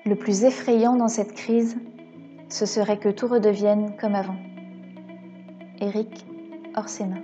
Le plus effrayant dans cette crise, ce serait que tout redevienne comme avant. Éric Orsena.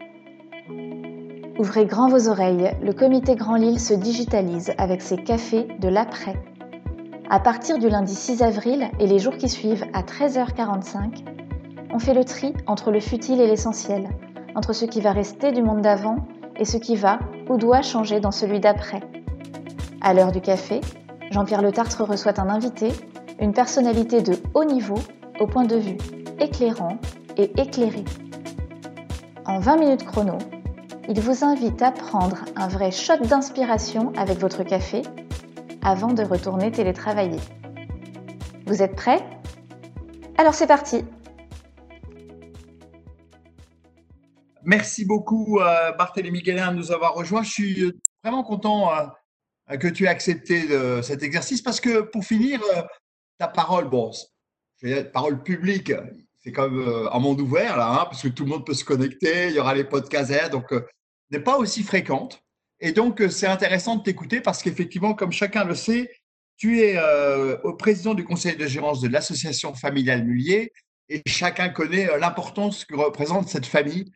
Ouvrez grand vos oreilles, le comité Grand Lille se digitalise avec ses cafés de l'après. À partir du lundi 6 avril et les jours qui suivent à 13h45, on fait le tri entre le futile et l'essentiel, entre ce qui va rester du monde d'avant et ce qui va ou doit changer dans celui d'après. À l'heure du café, Jean-Pierre Le Tartre reçoit un invité, une personnalité de haut niveau, au point de vue éclairant et éclairé. En 20 minutes chrono, il vous invite à prendre un vrai shot d'inspiration avec votre café avant de retourner télétravailler. Vous êtes prêts ? Alors c'est parti ! Merci beaucoup Barthélémy Guélin de nous avoir rejoints. Je suis vraiment content que tu aies accepté cet exercice parce que pour finir, ta parole, bon, parole publique, c'est quand même un monde ouvert là, hein, parce que tout le monde peut se connecter, il y aura les podcasts, donc n'est pas aussi fréquente. Et donc c'est intéressant de t'écouter parce qu'effectivement, comme chacun le sait, tu es au président du conseil de gérance de l'association familiale Mullier et chacun connaît l'importance que représente cette famille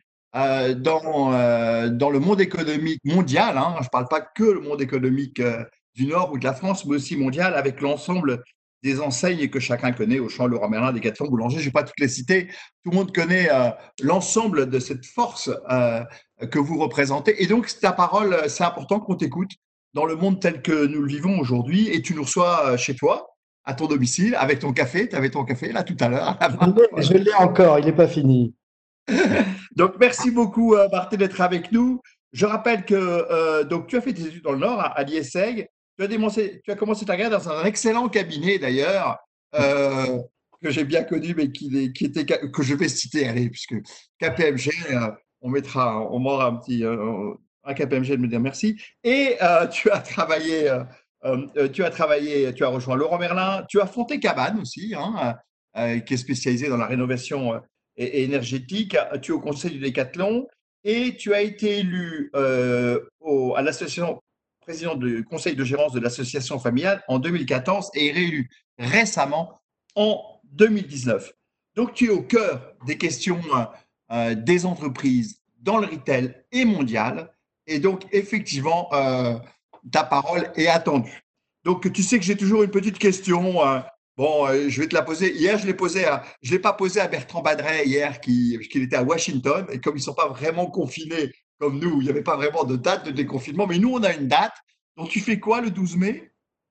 dans le monde économique mondial. Hein, je ne parle pas que le monde économique du Nord ou de la France, mais aussi mondial avec l'ensemble des enseignes que chacun connaît, Auchan, Leroy Merlin, Decathlon, Boulanger, je ne vais pas toutes les citer. Tout le monde connaît l'ensemble de cette force que vous représentez. Et donc, ta parole, c'est important qu'on t'écoute dans le monde tel que nous le vivons aujourd'hui. Et tu nous reçois chez toi, à ton domicile, avec ton café. Tu avais ton café là tout à l'heure. Je l'ai encore, il n'est pas fini. Donc, merci beaucoup, Barthé, d'être avec nous. Je rappelle que donc, tu as fait tes études dans le Nord, à l'IESEG. Tu as commencé ta carrière dans un excellent cabinet, d'ailleurs, que j'ai bien connu, mais que je vais citer, allez, puisque KPMG, on m'aura un KPMG de me dire merci. Et tu as travaillé, tu as rejoint Leroy Merlin, tu as fondé Cabane aussi, hein, qui est spécialisé dans la rénovation et énergétique. Tu es au conseil du Decathlon et tu as été élu à l'association président du conseil de gérance de l'association familiale en 2014 et réélu récemment en 2019. Donc, tu es au cœur des questions des entreprises dans le retail et mondial. Et donc, effectivement, ta parole est attendue. Donc, tu sais que j'ai toujours une petite question. Bon, je vais te la poser. Hier, je l'ai pas posé à Bertrand Badret hier, qu'il était à Washington. Et comme ils ne sont pas vraiment confinés comme nous, il n'y avait pas vraiment de date de déconfinement. Mais nous, on a une date. Donc, tu fais quoi le 12 mai?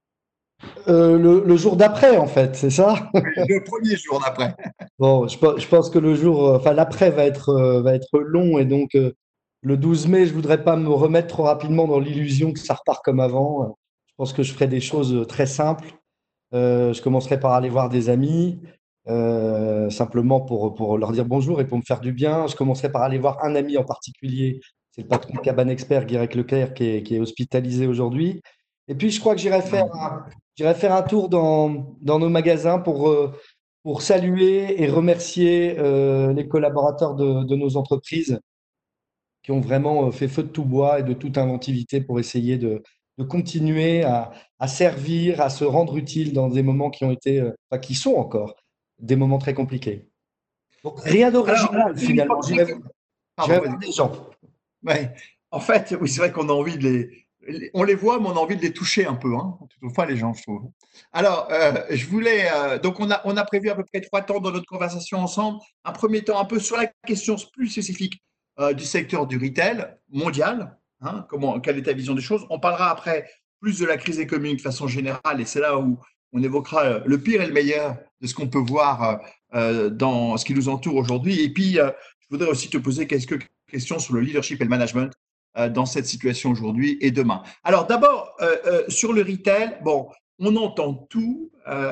Le jour d'après, en fait, c'est ça? Le premier jour d'après. Bon, je pense que le jour, enfin l'après va être long et donc le 12 mai, je voudrais pas me remettre trop rapidement dans l'illusion que ça repart comme avant. Je pense que je ferai des choses très simples. Je commencerai par aller voir des amis, simplement pour leur dire bonjour et pour me faire du bien. Je commencerai par aller voir un ami en particulier, c'est le patron de Cabane Expert, Guirec Leclerc, qui est hospitalisé aujourd'hui. Et puis je crois que j'irai faire un tour dans nos magasins pour saluer et remercier les collaborateurs de nos entreprises qui ont vraiment fait feu de tout bois et de toute inventivité pour essayer de continuer à servir, à se rendre utile dans des moments qui ont été, enfin, qui sont encore des moments très compliqués. Donc rien d'original finalement. J'irai voir des gens. Ouais. En fait, oui, c'est vrai qu'on a envie on les voit, mais on a envie de les toucher un peu, hein, toutefois les gens, je trouve. Alors, je voulais, donc on a prévu à peu près 3 temps dans notre conversation ensemble. Un premier temps un peu sur la question plus spécifique du secteur du retail mondial, hein, quelle est ta vision des choses. On parlera après plus de la crise économique de façon générale, et c'est là où on évoquera le pire et le meilleur de ce qu'on peut voir dans ce qui nous entoure aujourd'hui. Et puis, je voudrais aussi te poser quelques questions sur le leadership et le management dans cette situation aujourd'hui et demain. Alors d'abord, sur le retail, bon, on entend tout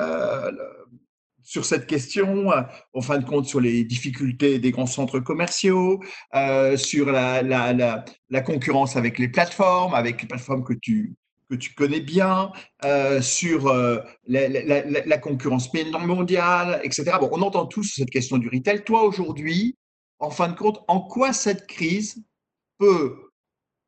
sur cette question, en fin de compte, sur les difficultés des grands centres commerciaux, sur la concurrence avec les plateformes que tu connais bien, sur la concurrence mondiale, etc. Bon, on entend tout sur cette question du retail. Toi, aujourd'hui, en fin de compte, en quoi cette crise peut,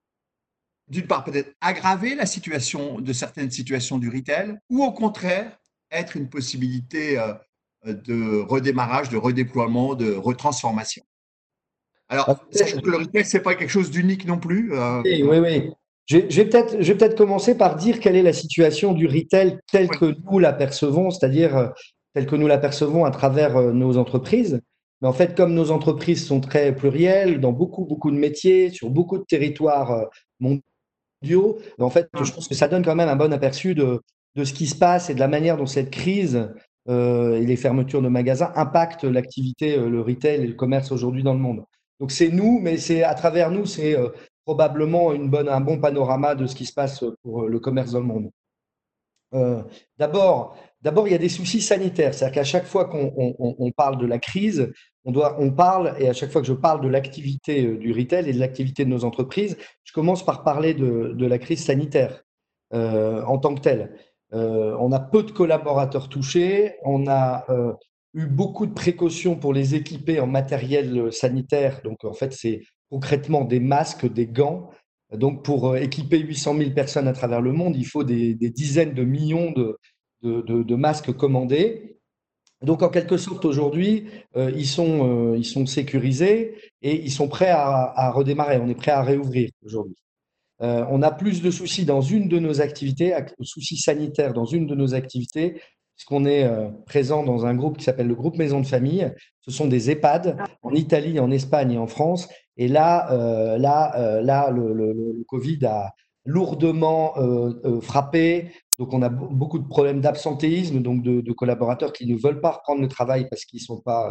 d'une part, peut-être aggraver la situation de certaines situations du retail, ou au contraire, être une possibilité de redémarrage, de redéploiement, de retransformation. Ah, Alors, sachant que le retail, c'est pas quelque chose d'unique non plus. oui, oui, oui. Je vais peut-être commencer par dire quelle est la situation du retail telle Oui. que nous l'apercevons, c'est-à-dire telle que nous l'apercevons à travers nos entreprises. Mais en fait, comme nos entreprises sont très plurielles, dans beaucoup, beaucoup de métiers, sur beaucoup de territoires mondiaux, en fait, je pense que ça donne quand même un bon aperçu de ce qui se passe et de la manière dont cette crise et les fermetures de magasins impactent l'activité, le retail et le commerce aujourd'hui dans le monde. Donc c'est nous, mais c'est à travers nous, c'est probablement un bon panorama de ce qui se passe pour le commerce dans le monde. Euh, d'abord, il y a des soucis sanitaires. C'est-à-dire qu'à chaque fois qu'on parle de la crise, on parle, et à chaque fois que je parle de l'activité du retail et de l'activité de nos entreprises, je commence par parler de la crise sanitaire en tant que telle. On a peu de collaborateurs touchés, on a eu beaucoup de précautions pour les équiper en matériel sanitaire. Donc, en fait, c'est concrètement des masques, des gants. Donc, pour équiper 800 000 personnes à travers le monde, il faut des dizaines de millions de masques commandés. Donc, en quelque sorte, aujourd'hui, ils sont sécurisés et ils sont prêts à redémarrer. On est prêt à réouvrir aujourd'hui. On a plus de soucis dans une de nos activités, soucis sanitaires dans une de nos activités, puisqu'on est présent dans un groupe qui s'appelle le groupe Maison de Famille. Ce sont des EHPAD en Italie, en Espagne et en France. Et là, le Covid a lourdement frappé. Donc, on a beaucoup de problèmes d'absentéisme, donc de collaborateurs qui ne veulent pas reprendre le travail parce qu'ils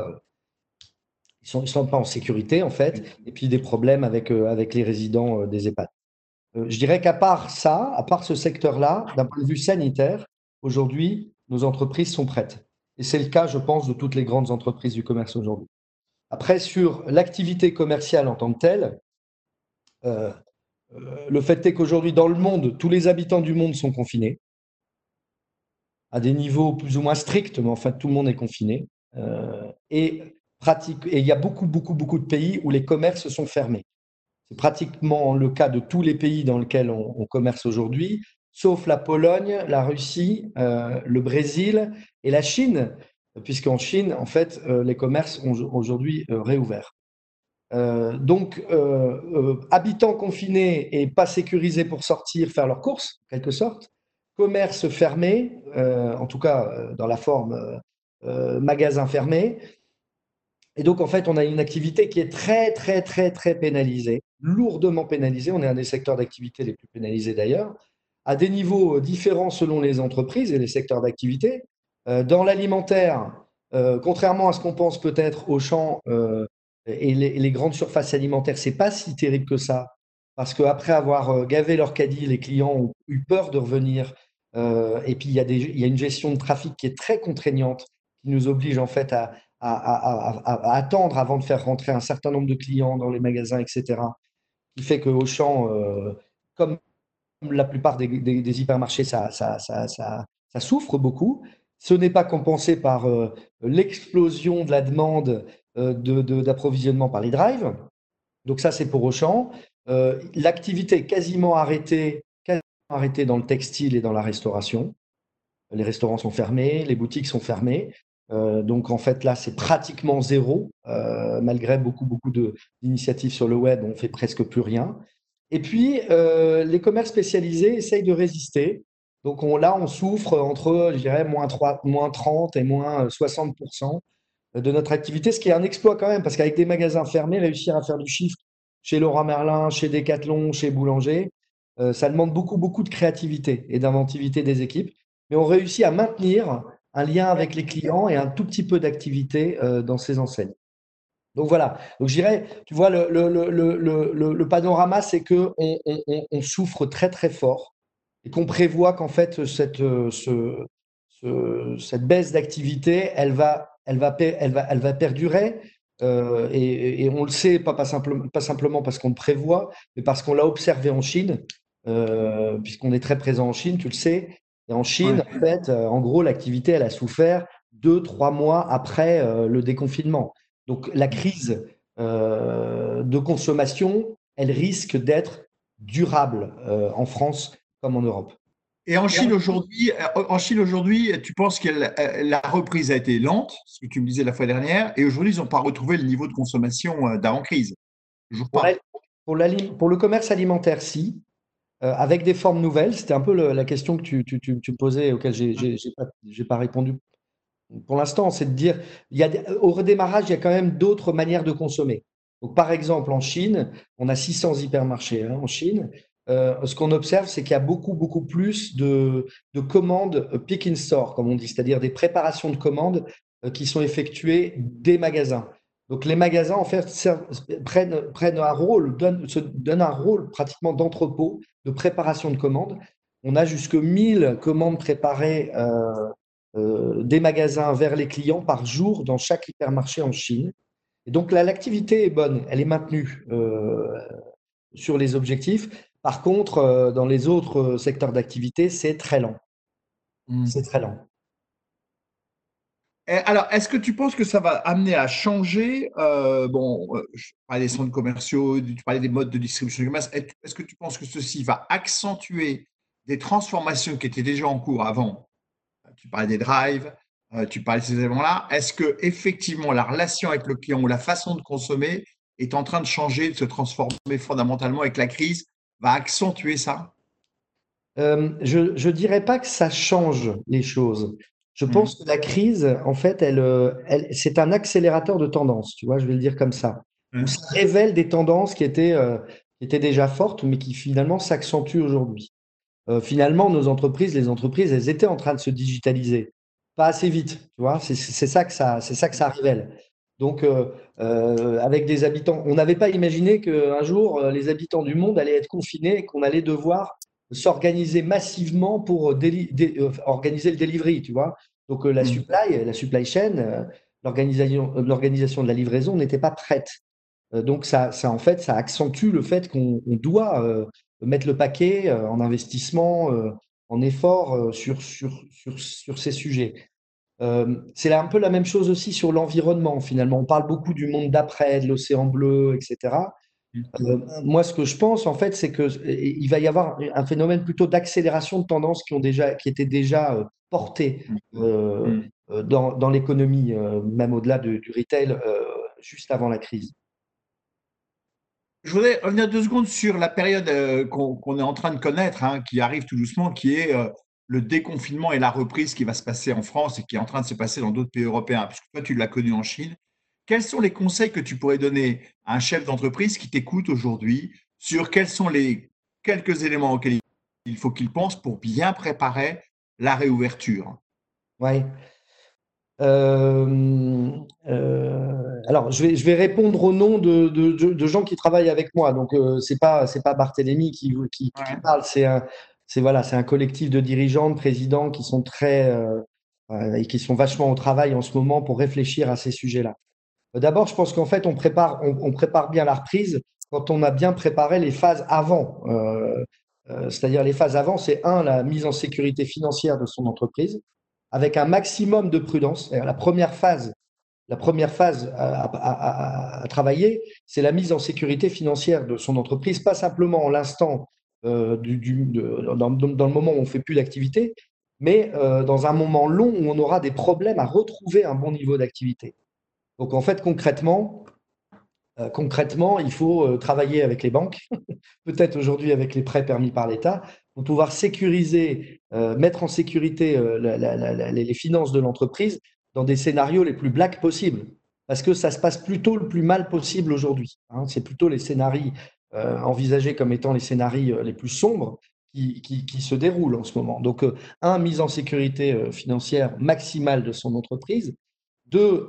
ils sont pas en sécurité, en fait. Et puis, des problèmes avec les résidents des EHPAD. Je dirais qu'à part ça, à part ce secteur-là, d'un point de vue sanitaire, aujourd'hui, nos entreprises sont prêtes. Et c'est le cas, je pense, de toutes les grandes entreprises du commerce aujourd'hui. Après, sur l'activité commerciale en tant que telle, euh, le fait est qu'aujourd'hui, dans le monde, tous les habitants du monde sont confinés, à des niveaux plus ou moins stricts, mais enfin, tout le monde est confiné. Et il y a beaucoup, beaucoup, beaucoup de pays où les commerces sont fermés. C'est pratiquement le cas de tous les pays dans lesquels on commerce aujourd'hui, sauf la Pologne, la Russie, le Brésil et la Chine, puisqu'en Chine, en fait, les commerces ont aujourd'hui réouvert. Habitants confinés et pas sécurisés pour sortir faire leurs courses, en quelque sorte, commerce fermé, en tout cas dans la forme magasin fermé, et donc, en fait, on a une activité qui est très, très, très, très pénalisée, lourdement pénalisée. On est un des secteurs d'activité les plus pénalisés d'ailleurs, à des niveaux différents selon les entreprises et les secteurs d'activité. Dans l'alimentaire, contrairement à ce qu'on pense peut-être Auchan et les grandes surfaces alimentaires, c'est pas si terrible que ça, parce qu'après avoir gavé leur caddie, les clients ont eu peur de revenir. Et puis, il y a une gestion de trafic qui est très contraignante, qui nous oblige en fait à attendre avant de faire rentrer un certain nombre de clients dans les magasins, etc. Qui fait que Auchan, comme la plupart des hypermarchés, ça souffre beaucoup. Ce n'est pas compensé par l'explosion de la demande d'approvisionnement par les drives. Donc ça, c'est pour Auchan. L'activité est quasiment arrêtée dans le textile et dans la restauration. Les restaurants sont fermés, les boutiques sont fermées. Donc en fait là c'est pratiquement zéro, malgré beaucoup d'initiatives sur le web, on fait presque plus rien. Et puis les commerces spécialisés essayent de résister. Donc on souffre entre, je dirais, moins 30 et moins 60% de notre activité, ce qui est un exploit quand même, parce qu'avec des magasins fermés, réussir à faire du chiffre chez Leroy Merlin, chez Decathlon, chez Boulanger, ça demande beaucoup de créativité et d'inventivité des équipes. Mais on réussit à maintenir un lien avec les clients et un tout petit peu d'activité dans ces enseignes. Donc voilà. Donc je dirais, tu vois, le panorama, c'est que on souffre très très fort et qu'on prévoit qu'en fait cette baisse d'activité, elle va perdurer. Et on le sait, pas simplement parce qu'on le prévoit, mais parce qu'on l'a observé en Chine, puisqu'on est très présent en Chine, tu le sais. Et en Chine, en fait, en gros, l'activité, elle a souffert 2-3 mois après le déconfinement. Donc la crise de consommation, elle risque d'être durable en France comme en Europe. Et en Chine aujourd'hui, tu penses que la reprise a été lente, ce que tu me disais la fois dernière, et aujourd'hui, ils n'ont pas retrouvé le niveau de consommation d'avant-crise. Toujours Pour la- pas. pour le commerce alimentaire, si, avec des formes nouvelles, c'était un peu la question que tu me posais, auquel j'ai pas répondu pour l'instant, c'est de dire, au redémarrage, il y a quand même d'autres manières de consommer. Donc, par exemple, en Chine, on a 600 hypermarchés en Chine. Ce qu'on observe, c'est qu'il y a beaucoup, beaucoup plus de commandes pick in store, comme on dit, c'est-à-dire des préparations de commandes qui sont effectuées des magasins. Donc, les magasins, en fait, prennent un rôle, donnent un rôle pratiquement d'entrepôt, de préparation de commandes. On a jusque 1000 commandes préparées des magasins vers les clients par jour dans chaque hypermarché en Chine. Et donc là, l'activité est bonne, elle est maintenue sur les objectifs. Par contre, dans les autres secteurs d'activité, c'est très lent. Hmm. C'est très lent. Alors, est-ce que tu penses que ça va amener à changer bon, je parlais des centres commerciaux, tu parlais des modes de distribution du commerce. Est-ce que tu penses que ceci va accentuer des transformations qui étaient déjà en cours avant? Tu parlais des drives, tu parlais de ces éléments-là. Est-ce que effectivement la relation avec le client ou la façon de consommer est en train de changer, de se transformer fondamentalement avec la crise, va accentuer ça? Je dirais pas que ça change les choses. Je Hmm. pense que la crise, en fait, c'est un accélérateur de tendance, tu vois, je vais le dire comme ça, où Ouais. ça révèle des tendances qui étaient déjà fortes, mais qui finalement s'accentuent aujourd'hui. Finalement, les entreprises, elles étaient en train de se digitaliser, pas assez vite, tu vois. C'est ça que ça révèle. Donc, avec des habitants, on n'avait pas imaginé qu'un jour, les habitants du monde allaient être confinés et qu'on allait devoir s'organiser massivement pour organiser le delivery, tu vois. Donc, Hmm. la supply chain, l'organisation de la livraison n'était pas prête. Donc en fait, ça accentue le fait qu'on doit mettre le paquet en investissement, en effort sur ces sujets. C'est un peu la même chose aussi sur l'environnement, finalement. On parle beaucoup du monde d'après, de l'océan bleu, etc. Moi, ce que je pense, en fait, c'est que il va y avoir un phénomène plutôt d'accélération de tendances qui étaient déjà portées euh, Hmm. dans l'économie, même au-delà du retail, juste avant la crise. Je voudrais revenir 2 secondes sur la période qu'on est en train de connaître, hein, qui arrive tout doucement, qui est le déconfinement et la reprise qui va se passer en France et qui est en train de se passer dans d'autres pays européens, puisque toi, tu l'as connu en Chine. Quels sont les conseils que tu pourrais donner à un chef d'entreprise qui t'écoute aujourd'hui sur quels sont les quelques éléments auxquels il faut qu'il pense pour bien préparer la réouverture? Ouais. Alors, je vais répondre au nom de gens qui travaillent avec moi. Donc, c'est pas Barthélémy qui Ouais. parle. C'est un collectif de dirigeants, de présidents qui sont et qui sont vachement au travail en ce moment pour réfléchir à ces sujets-là. D'abord, je pense qu'en fait, on prépare bien la reprise quand on a bien préparé les phases avant. C'est-à-dire les phases avant, c'est la mise en sécurité financière de son entreprise avec un maximum de prudence. C'est-à-dire la première phase à travailler, c'est la mise en sécurité financière de son entreprise, pas simplement en l'instant dans le moment où on fait plus d'activité, mais dans un moment long où on aura des problèmes à retrouver un bon niveau d'activité. Donc en fait, concrètement, il faut travailler avec les banques, peut-être aujourd'hui avec les prêts permis par l'État, pour pouvoir sécuriser, mettre en sécurité les finances de l'entreprise dans des scénarios les plus black possibles. Parce que ça se passe plutôt le plus mal possible aujourd'hui, hein. C'est plutôt les scénarios envisagés comme étant les scénarios les plus sombres qui se déroulent en ce moment. Donc, mise en sécurité financière maximale de son entreprise. Deux,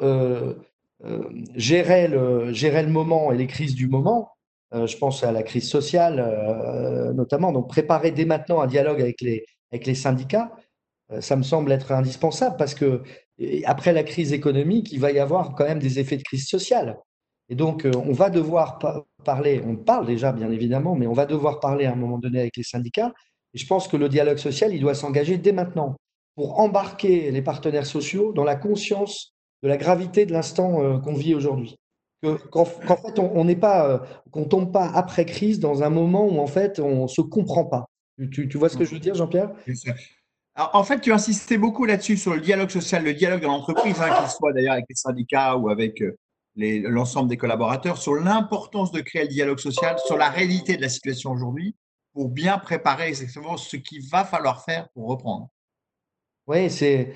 gérer le moment et les crises du moment. Je pense à la crise sociale notamment. Donc préparer dès maintenant un dialogue avec les syndicats, ça me semble être indispensable parce que après la crise économique, il va y avoir quand même des effets de crise sociale. Et donc on va devoir parler, on parle déjà bien évidemment, mais on va devoir parler à un moment donné avec les syndicats. Et je pense que le dialogue social, il doit s'engager dès maintenant pour embarquer les partenaires sociaux dans la conscience de la gravité de l'instant qu'on vit aujourd'hui. Qu'en fait, on n'est pas, qu'on tombe pas après crise dans un moment où en fait on se comprend pas. Tu vois ce que je veux dire, Jean-Pierre? Bien sûr. Alors, en fait, tu insistais beaucoup là-dessus, sur le dialogue social, le dialogue dans l'entreprise, hein, qu'il soit d'ailleurs avec les syndicats ou avec l'ensemble des collaborateurs, sur l'importance de créer le dialogue social, sur la réalité de la situation aujourd'hui, pour bien préparer exactement ce qu'il va falloir faire pour reprendre. Oui,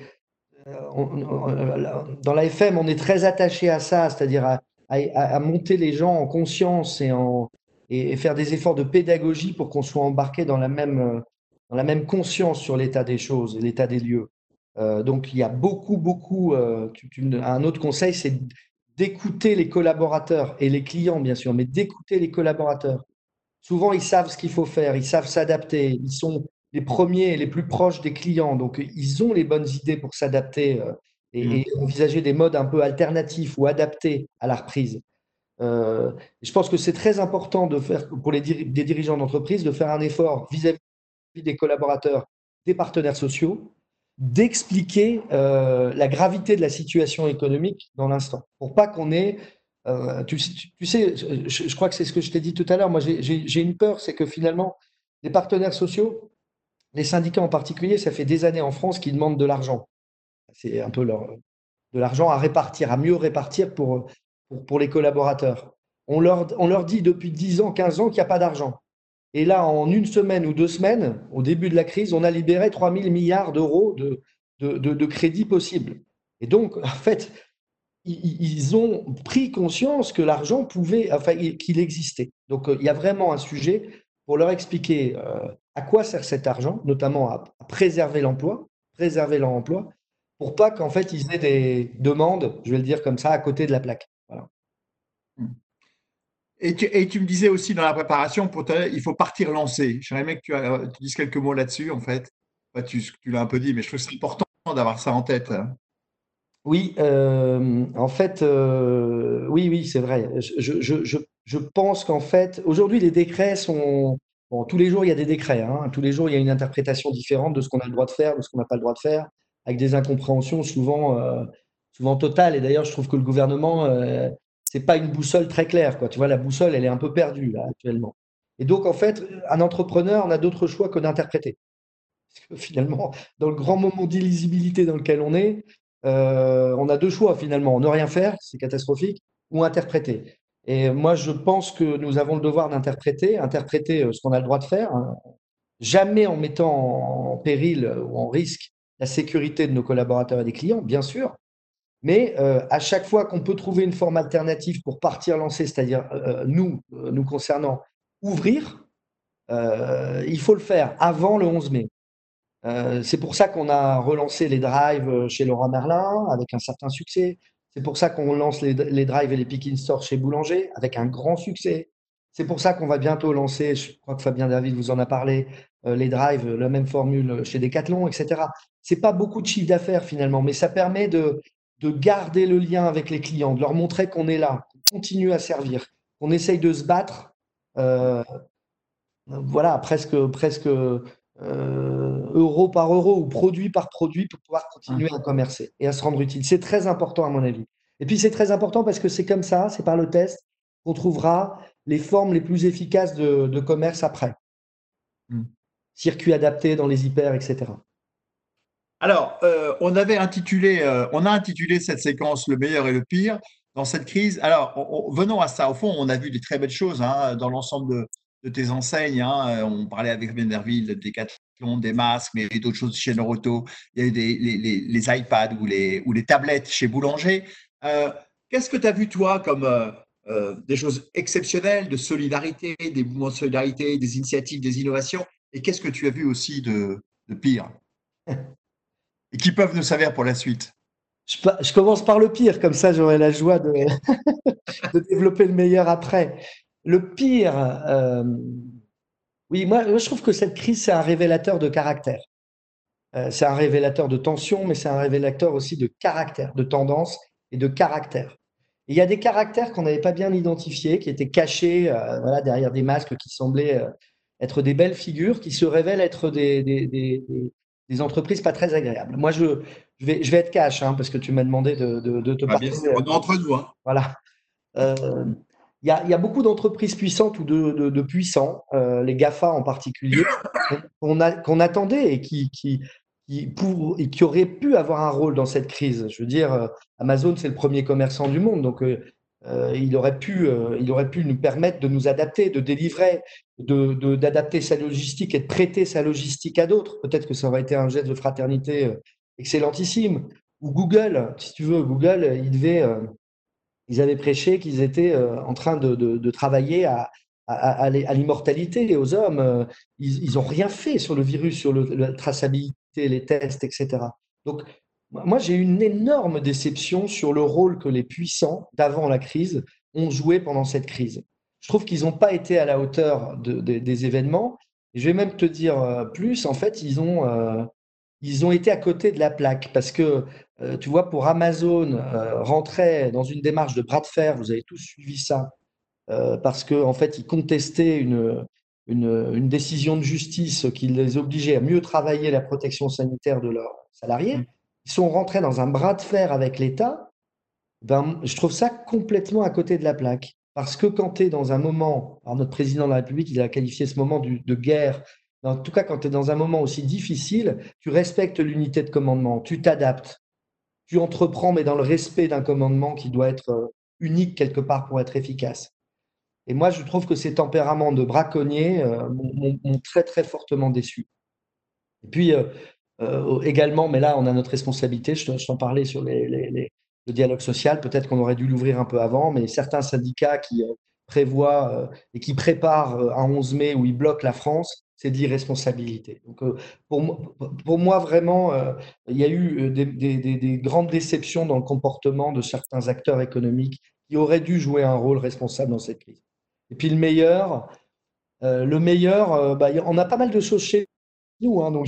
dans la FM, on est très attaché à ça, c'est-à-dire à monter les gens en conscience et faire des efforts de pédagogie pour qu'on soit embarqué dans la même conscience sur l'état des choses et l'état des lieux. Donc, il y a beaucoup, un autre conseil, c'est d'écouter les collaborateurs et les clients, bien sûr, mais d'écouter les collaborateurs. Souvent, ils savent ce qu'il faut faire, ils savent s'adapter, ils sont les premiers et les plus proches des clients, donc ils ont les bonnes idées pour s'adapter et envisager des modes un peu alternatifs ou adaptés à la reprise. Je pense que c'est très important de faire, pour des dirigeants d'entreprise, de faire un effort vis-à-vis des collaborateurs, des partenaires sociaux, d'expliquer la gravité de la situation économique dans l'instant, pour pas qu'on ait tu sais, je crois que c'est ce que je t'ai dit tout à l'heure. Moi, j'ai une peur, c'est que finalement, les partenaires sociaux, les syndicats en particulier, ça fait des années en France qu'ils demandent de l'argent. C'est un peu de l'argent à répartir, à mieux répartir pour les collaborateurs. On leur dit depuis 10 ans, 15 ans qu'il n'y a pas d'argent. Et là, en une semaine ou 2 semaines, au début de la crise, on a libéré 3 000 milliards d'euros de crédits possibles. Et donc, en fait, ils ont pris conscience que l'argent pouvait, enfin, qu'il existait. Donc, il y a vraiment un sujet pour leur expliquer à quoi sert cet argent, notamment à préserver leur emploi, pour pas qu'en fait ils aient des demandes, je vais le dire comme ça, à côté de la plaque. Voilà. Et tu me disais aussi dans la préparation, il faut partir lancer. J'aimerais bien que tu dises quelques mots là-dessus, en fait. Enfin, tu l'as un peu dit, mais je trouve que c'est important d'avoir ça en tête, hein. Oui, en fait, oui, c'est vrai. Je pense qu'en fait, aujourd'hui, les décrets sont. Bon, tous les jours, il y a des décrets, hein. Tous les jours, il y a une interprétation différente de ce qu'on a le droit de faire, de ce qu'on n'a pas le droit de faire, avec des incompréhensions souvent totales. Et d'ailleurs, je trouve que le gouvernement, c'est pas une boussole très claire, quoi. Tu vois, la boussole, elle est un peu perdue, là, actuellement. Et donc, en fait, un entrepreneur n'a d'autre choix que d'interpréter. Parce que finalement, dans le grand moment d'illisibilité dans lequel on a deux choix finalement. Ne rien faire, c'est catastrophique, ou interpréter. Et moi, je pense que nous avons le devoir interpréter ce qu'on a le droit de faire, hein, jamais en mettant en péril ou en risque la sécurité de nos collaborateurs et des clients, bien sûr, mais à chaque fois qu'on peut trouver une forme alternative pour partir lancer, c'est-à-dire nous concernant, ouvrir, il faut le faire avant le 11 mai. C'est pour ça qu'on a relancé les drives chez Leroy Merlin avec un certain succès. C'est pour ça qu'on lance les drives et les pick-in stores chez Boulanger avec un grand succès. C'est pour ça qu'on va bientôt lancer, je crois que Fabien David vous en a parlé, les drives, la même formule chez Decathlon, etc. C'est pas beaucoup de chiffre d'affaires finalement, mais ça permet de garder le lien avec les clients, de leur montrer qu'on est là, qu'on continue à servir, qu'on essaye de se battre, euh, voilà, presque euro par euro ou produit par produit pour pouvoir continuer à commercer et à se rendre utile. C'est très important à mon avis. Et puis c'est très important parce que c'est comme ça, c'est par le test qu'on trouvera les formes les plus efficaces de commerce après. Circuits adaptés dans les hyper, etc. Alors, on a intitulé cette séquence Le meilleur et le pire dans cette crise. Alors, venons à ça. Au fond, on a vu des très belles choses, hein, dans l'ensemble de tes enseignes, hein. On parlait avec Venderville, des Decathlon, des masques, mais d'autres choses chez Noroto. Il y a eu les iPads ou les tablettes chez Boulanger. Qu'est-ce que tu as vu, toi, comme des choses exceptionnelles de solidarité, des mouvements de solidarité, des initiatives, des innovations? Et qu'est-ce que tu as vu aussi de pire? Et qui peuvent nous servir pour la suite. Je commence par le pire, comme ça j'aurai la joie de, de développer le meilleur après. Le pire, oui, moi je trouve que cette crise, c'est un révélateur de caractère. C'est un révélateur de tension, mais c'est un révélateur aussi de caractère, de tendance et de caractère. Et il y a des caractères qu'on n'avait pas bien identifiés, qui étaient cachés voilà, derrière des masques qui semblaient être des belles figures, qui se révèlent être des entreprises pas très agréables. Moi, je vais être cash, hein, parce que tu m'as demandé de te Bah, bien partager. sûr, on est entre nous, hein. Voilà. Euh, il y a beaucoup d'entreprises puissantes ou de puissants, les GAFA en particulier, qu'on attendait et qui auraient pu avoir un rôle dans cette crise. Je veux dire, Amazon, c'est le premier commerçant du monde, donc il aurait pu nous permettre de nous adapter, de délivrer, d'adapter sa logistique et de prêter sa logistique à d'autres. Peut-être que ça aurait été un geste de fraternité excellentissime. Ou Google, si tu veux, Google, ils avaient prêché qu'ils étaient en train de travailler à l'immortalité aux hommes. Ils n'ont rien fait sur le virus, sur la traçabilité, les tests, etc. Donc, moi, j'ai une énorme déception sur le rôle que les puissants d'avant la crise ont joué pendant cette crise. Je trouve qu'ils n'ont pas été à la hauteur des événements. Et je vais même te dire plus, en fait, ils ont été à côté de la plaque parce que, tu vois, pour Amazon, rentrer dans une démarche de bras de fer, vous avez tous suivi ça, parce qu'en en fait, ils contestaient une décision de justice qui les obligeait à mieux travailler la protection sanitaire de leurs salariés. Ils sont rentrés dans un bras de fer avec l'État. Ben, je trouve ça complètement à côté de la plaque. Parce que quand tu es dans un moment, alors notre président de la République, il a qualifié ce moment de guerre, mais en tout cas, quand tu es dans un moment aussi difficile, tu respectes l'unité de commandement, tu t'adaptes, tu entreprends, mais dans le respect d'un commandement qui doit être unique quelque part pour être efficace. Et moi, je trouve que ces tempéraments de braconniers m'ont très, très fortement déçu. Et puis, également, mais là, on a notre responsabilité, je t'en parlais sur le dialogue social, peut-être qu'on aurait dû l'ouvrir un peu avant, mais certains syndicats qui prévoient et qui préparent un 11 mai où ils bloquent la France, c'est de l'irresponsabilité. Donc, pour moi, vraiment, il y a eu des grandes déceptions dans le comportement de certains acteurs économiques qui auraient dû jouer un rôle responsable dans cette crise. Et puis bah, on a pas mal de choses chez nous, hein, donc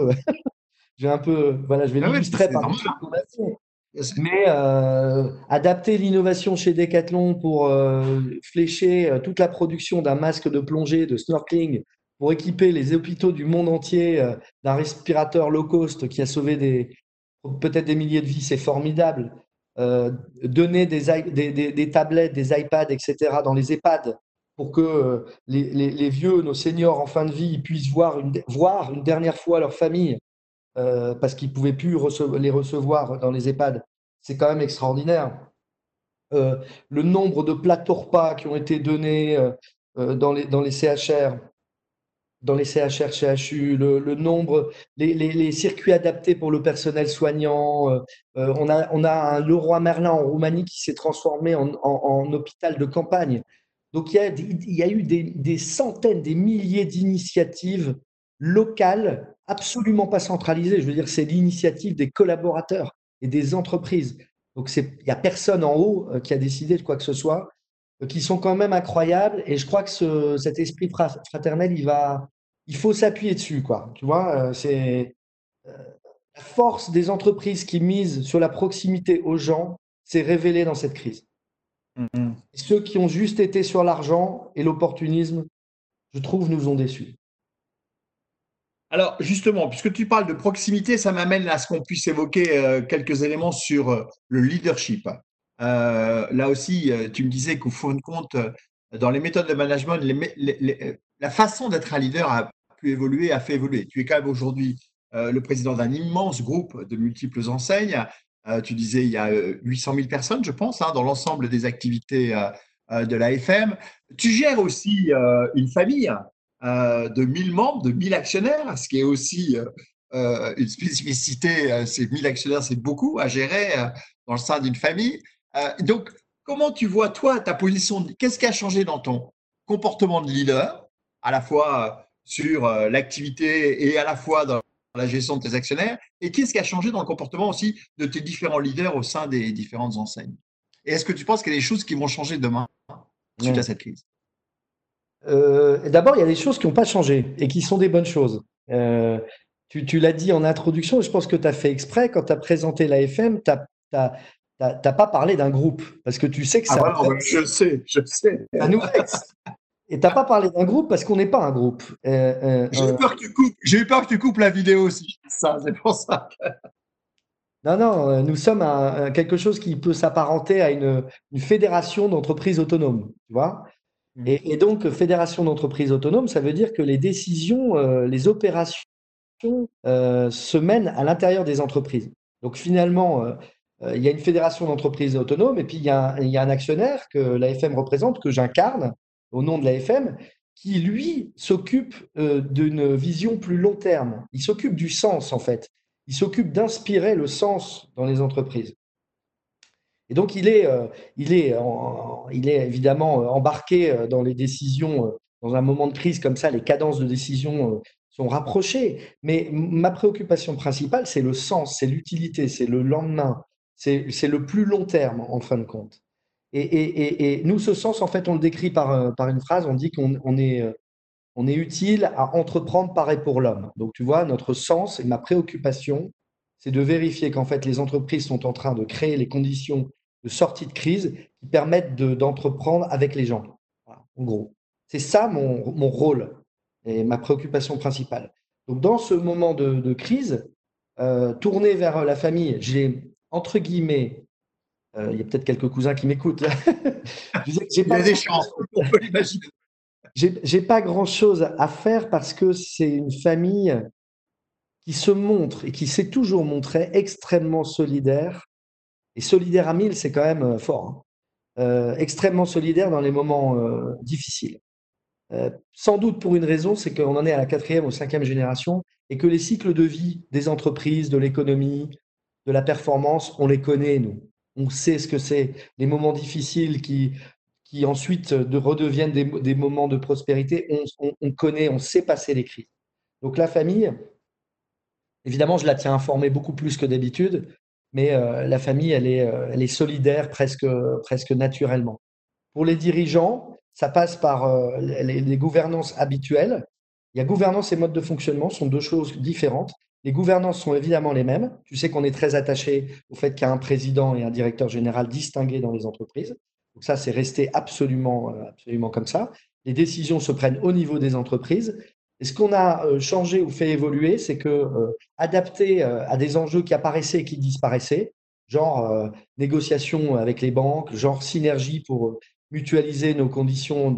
voilà, je vais Ah oui, l'illustrer c'est par normal. une information. Bien sûr. Mais adapter l'innovation chez Decathlon pour flécher toute la production d'un masque de plongée, de snorkeling, pour équiper les hôpitaux du monde entier d'un respirateur low cost qui a sauvé peut-être des milliers de vies, c'est formidable. Donner des tablettes, des iPads, etc. dans les EHPAD pour que les vieux, nos seniors en fin de vie, puissent voir une dernière fois leur famille parce qu'ils ne pouvaient plus les recevoir dans les EHPAD. C'est quand même extraordinaire. Le nombre de plateaux repas qui ont été donnés dans les CHR, dans les CHR, CHU, le nombre, les circuits adaptés pour le personnel soignant. On a un Leroy Merlin en Roumanie qui s'est transformé en hôpital de campagne. Donc il y a eu des centaines, des milliers d'initiatives locales, absolument pas centralisées. Je veux dire, c'est l'initiative des collaborateurs et des entreprises. Donc il n'y a personne en haut qui a décidé de quoi que ce soit, qui sont quand même incroyables. Et je crois que cet esprit fraternel, il faut s'appuyer dessus, quoi. Tu vois, c'est la force des entreprises qui misent sur la proximité aux gens, s'est révélée dans cette crise. Mhm. Ceux qui ont juste été sur l'argent et l'opportunisme, je trouve, nous ont déçus. Alors, justement, puisque tu parles de proximité, ça m'amène à ce qu'on puisse évoquer quelques éléments sur le leadership. Là aussi, tu me disais qu'au fond de compte, dans les méthodes de management, la façon d'être un leader a pu évoluer, a fait évoluer. Tu es quand même aujourd'hui le président d'un immense groupe de multiples enseignes. Tu disais, il y a 800 000 personnes, je pense, hein, dans l'ensemble des activités de l'AFM. Tu gères aussi une famille de 1000 membres, de 1000 actionnaires, ce qui est aussi une spécificité. Ces 1000 actionnaires, c'est beaucoup à gérer dans le sein d'une famille. Donc, comment tu vois, toi, ta position, qu'est-ce qui a changé dans ton comportement de leader, à la fois sur l'activité et à la fois dans la gestion de tes actionnaires, et qu'est-ce qui a changé dans le comportement aussi de tes différents leaders au sein des différentes enseignes? Et est-ce que tu penses qu'il y a des choses qui vont changer demain suite à Ouais. cette crise? D'abord, il y a des choses qui n'ont pas changé et qui sont des bonnes choses. Tu l'as dit en introduction, et je pense que tu as fait exprès, quand tu as présenté l'AFM, tu n'as pas parlé d'un groupe, parce que tu sais que Ah voilà, je sais, je sais. ça nous vexe. Et tu n'as pas parlé d'un groupe parce qu'on n'est pas un groupe. J'ai eu peur que tu coupes la vidéo aussi. Ça, c'est pour ça. Non, non, nous sommes quelque chose qui peut s'apparenter à une fédération d'entreprises autonomes, tu vois. Et donc, fédération d'entreprises autonomes, ça veut dire que les décisions, les opérations se mènent à l'intérieur des entreprises. Donc finalement, il y a une fédération d'entreprises autonomes et puis il y a un actionnaire que l'AFM représente, que j'incarne au nom de l'AFM, qui lui s'occupe d'une vision plus long terme. Il s'occupe du sens en fait. Il s'occupe d'inspirer le sens dans les entreprises. Et donc il est évidemment embarqué dans les décisions, dans un moment de crise comme ça, les cadences de décision sont rapprochées. Mais ma préoccupation principale, c'est le sens, c'est l'utilité, c'est le lendemain, c'est le plus long terme en fin de compte. Et nous, ce sens, en fait, on le décrit par une phrase, on dit on est utile à entreprendre pareil pour l'homme. Donc, tu vois, notre sens et ma préoccupation, c'est de vérifier qu'en fait, les entreprises sont en train de créer les conditions de sortie de crise qui permettent d'entreprendre avec les gens. Voilà, en gros, c'est ça mon rôle et ma préoccupation principale. Donc, dans ce moment de crise, tourner vers la famille, j'ai entre guillemets, il y a peut-être quelques cousins qui m'écoutent là. Il y a des chances, on peut l'imaginer. J'ai pas grand-chose à faire parce que c'est une famille qui se montre et qui s'est toujours montrée extrêmement solidaire. Et solidaire à 1000, c'est quand même fort, hein. Extrêmement solidaire dans les moments difficiles. Sans doute pour une raison, c'est qu'on en est à la 4e ou 5e génération et que les cycles de vie des entreprises, de l'économie, de la performance, on les connaît, nous. On sait ce que c'est, les moments difficiles qui ensuite redeviennent des moments de prospérité. On connaît, on sait passer les crises. Donc la famille, évidemment, je la tiens informée beaucoup plus que d'habitude, mais la famille, elle est solidaire presque naturellement. Pour les dirigeants, ça passe par les gouvernances habituelles. Il y a gouvernance et mode de fonctionnement, sont deux choses différentes. Les gouvernances sont évidemment les mêmes. Tu sais qu'on est très attaché au fait qu'il y a un président et un directeur général distingués dans les entreprises. Donc ça, c'est resté absolument comme ça. Les décisions se prennent au niveau des entreprises. Et ce qu'on a changé ou fait évoluer, c'est que adapté à des enjeux qui apparaissaient et qui disparaissaient, genre négociation avec les banques, genre synergie pour mutualiser nos conditions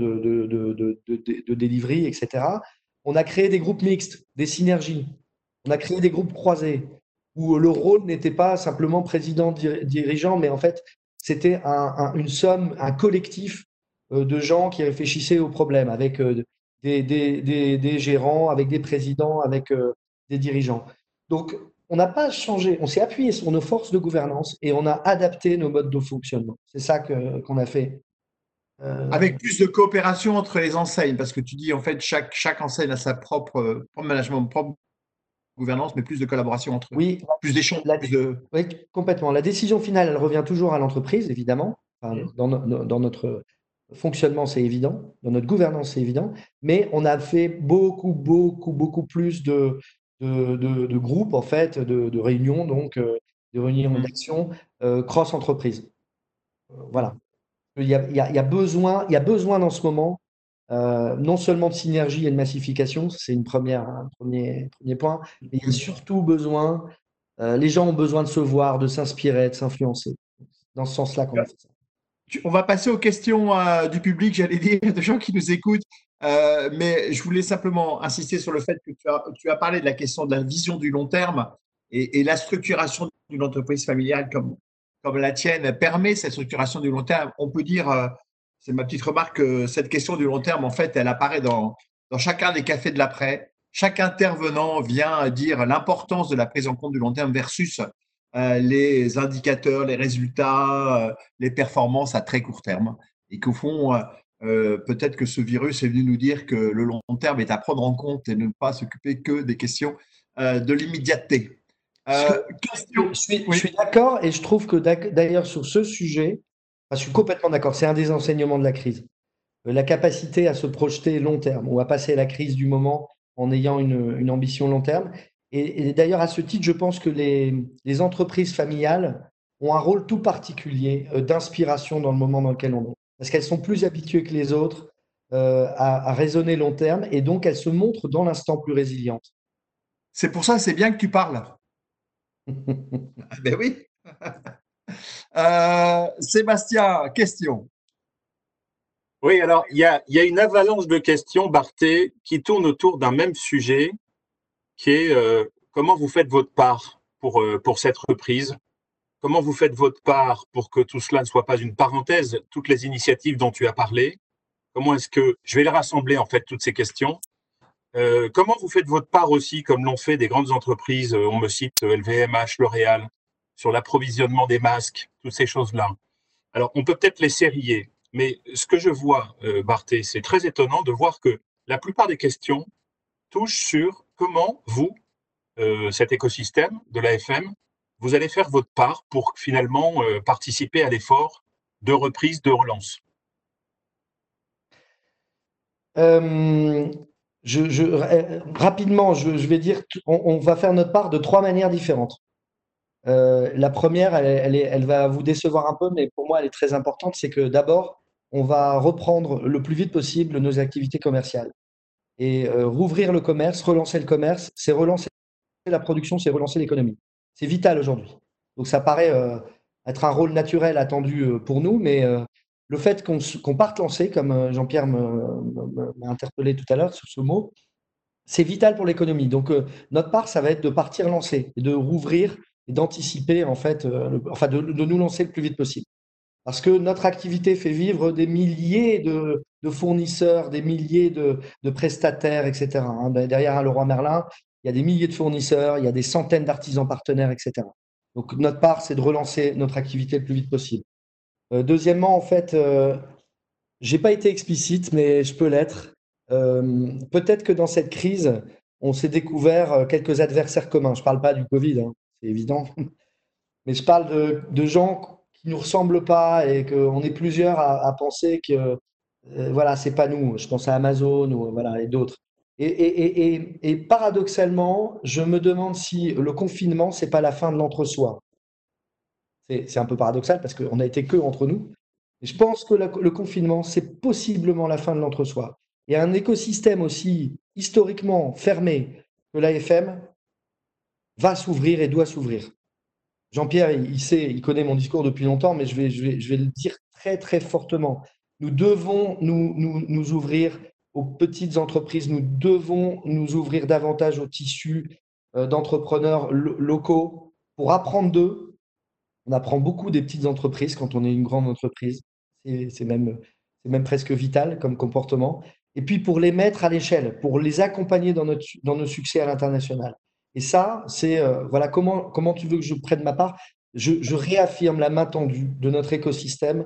de delivery, etc. On a créé des groupes mixtes, des synergies. On a créé des groupes croisés où le rôle n'était pas simplement président-dirigeant, mais en fait, c'était une somme, un collectif de gens qui réfléchissaient aux problèmes avec des gérants, avec des présidents, avec des dirigeants. Donc, on n'a pas changé, on s'est appuyé sur nos forces de gouvernance et on a adapté nos modes de fonctionnement. C'est ça qu'on a fait. Avec plus de coopération entre les enseignes, parce que tu dis en fait chaque enseigne a sa propre management, propre gouvernance, mais plus de collaboration entre eux. Oui, plus d'échanges, oui, complètement. La décision finale, elle revient toujours à l'entreprise, évidemment. Enfin, dans notre fonctionnement, c'est évident. Dans notre gouvernance, c'est évident. Mais on a fait beaucoup plus de groupes, en fait, de réunions, donc de réunions d'action cross-entreprise. Voilà. Il y a besoin dans ce moment non seulement de synergie et de massification, c'est un premier point, mais il y a surtout besoin, les gens ont besoin de se voir, de s'inspirer, de s'influencer. Dans ce sens-là qu'on a fait ça. On va passer aux questions du public, j'allais dire, de gens qui nous écoutent. Mais je voulais simplement insister sur le fait que tu as parlé de la question de la vision du long terme et la structuration d'une entreprise familiale comme la tienne permet cette structuration du long terme. On peut dire, c'est ma petite remarque, que cette question du long terme, en fait, elle apparaît dans chacun des cafés de l'après. Chaque intervenant vient dire l'importance de la prise en compte du long terme versus les indicateurs, les résultats, les performances à très court terme. Et qu'au fond, peut-être que ce virus est venu nous dire que le long terme est à prendre en compte et ne pas s'occuper que des questions de l'immédiateté. Je suis d'accord et je trouve que d'ailleurs sur ce sujet, je suis complètement d'accord, c'est un des enseignements de la crise. La capacité à se projeter long terme ou à passer la crise du moment en ayant une ambition long terme. Et d'ailleurs, à ce titre, je pense que les entreprises familiales ont un rôle tout particulier d'inspiration dans le moment dans lequel on est. Parce qu'elles sont plus habituées que les autres à raisonner long terme et donc elles se montrent dans l'instant plus résilientes. C'est pour ça, c'est bien que tu parles. Ah ben oui. Sébastien, question. Oui, alors il y a une avalanche de questions, Barthé, qui tournent autour d'un même sujet, qui est comment vous faites votre part pour cette reprise? Comment vous faites votre part pour que tout cela ne soit pas une parenthèse, toutes les initiatives dont tu as parlé? Comment est-ce que je vais les rassembler en fait toutes ces questions? Comment vous faites votre part aussi, comme l'ont fait des grandes entreprises, on me cite LVMH, L'Oréal, sur l'approvisionnement des masques, toutes ces choses-là. Alors, on peut peut-être les sérier, mais ce que je vois, Barthé, c'est très étonnant de voir que la plupart des questions touchent sur comment vous, cet écosystème de l'AFM, vous allez faire votre part pour finalement participer à l'effort de reprise, de relance. Rapidement, je vais dire, on va faire notre part de 3 manières différentes. La première, elle va vous décevoir un peu, mais pour moi, elle est très importante. C'est que d'abord, on va reprendre le plus vite possible nos activités commerciales. Et rouvrir le commerce, relancer le commerce, c'est relancer la production, c'est relancer l'économie. C'est vital aujourd'hui. Donc ça paraît être un rôle naturel attendu pour nous, mais le fait qu'on parte lancer, comme Jean-Pierre m'a interpellé tout à l'heure sur ce mot, c'est vital pour l'économie. Donc notre part, ça va être de partir lancer et de rouvrir et d'anticiper en fait, enfin de nous lancer le plus vite possible. Parce que notre activité fait vivre des milliers de fournisseurs, des milliers de prestataires, etc. Hein. Derrière un Leroy Merlin, il y a des milliers de fournisseurs, il y a des centaines d'artisans partenaires, etc. Donc notre part, c'est de relancer notre activité le plus vite possible. Deuxièmement, en fait, j'ai pas été explicite, mais je peux l'être. Peut-être que dans cette crise, on s'est découvert quelques adversaires communs. Je parle pas du Covid, hein, c'est évident, mais je parle de gens qui nous ressemblent pas et qu'on est plusieurs à penser que voilà, c'est pas nous. Je pense à Amazon ou voilà et d'autres. Et paradoxalement, je me demande si le confinement, c'est pas la fin de l'entre-soi. C'est un peu paradoxal parce qu'on a été que entre nous. Mais je pense que le confinement, c'est possiblement la fin de l'entre-soi. Et un écosystème aussi historiquement fermé que l'AFM va s'ouvrir et doit s'ouvrir. Jean-Pierre, il sait, il connaît mon discours depuis longtemps, mais je vais le dire très, très fortement. Nous devons nous ouvrir aux petites entreprises, nous devons nous ouvrir davantage au tissu d'entrepreneurs locaux pour apprendre d'eux. On apprend beaucoup des petites entreprises quand on est une grande entreprise. C'est même presque vital comme comportement. Et puis pour les mettre à l'échelle, pour les accompagner dans nos succès à l'international. Et ça, c'est voilà comment tu veux que je prenne ma part. Je réaffirme la main tendue de notre écosystème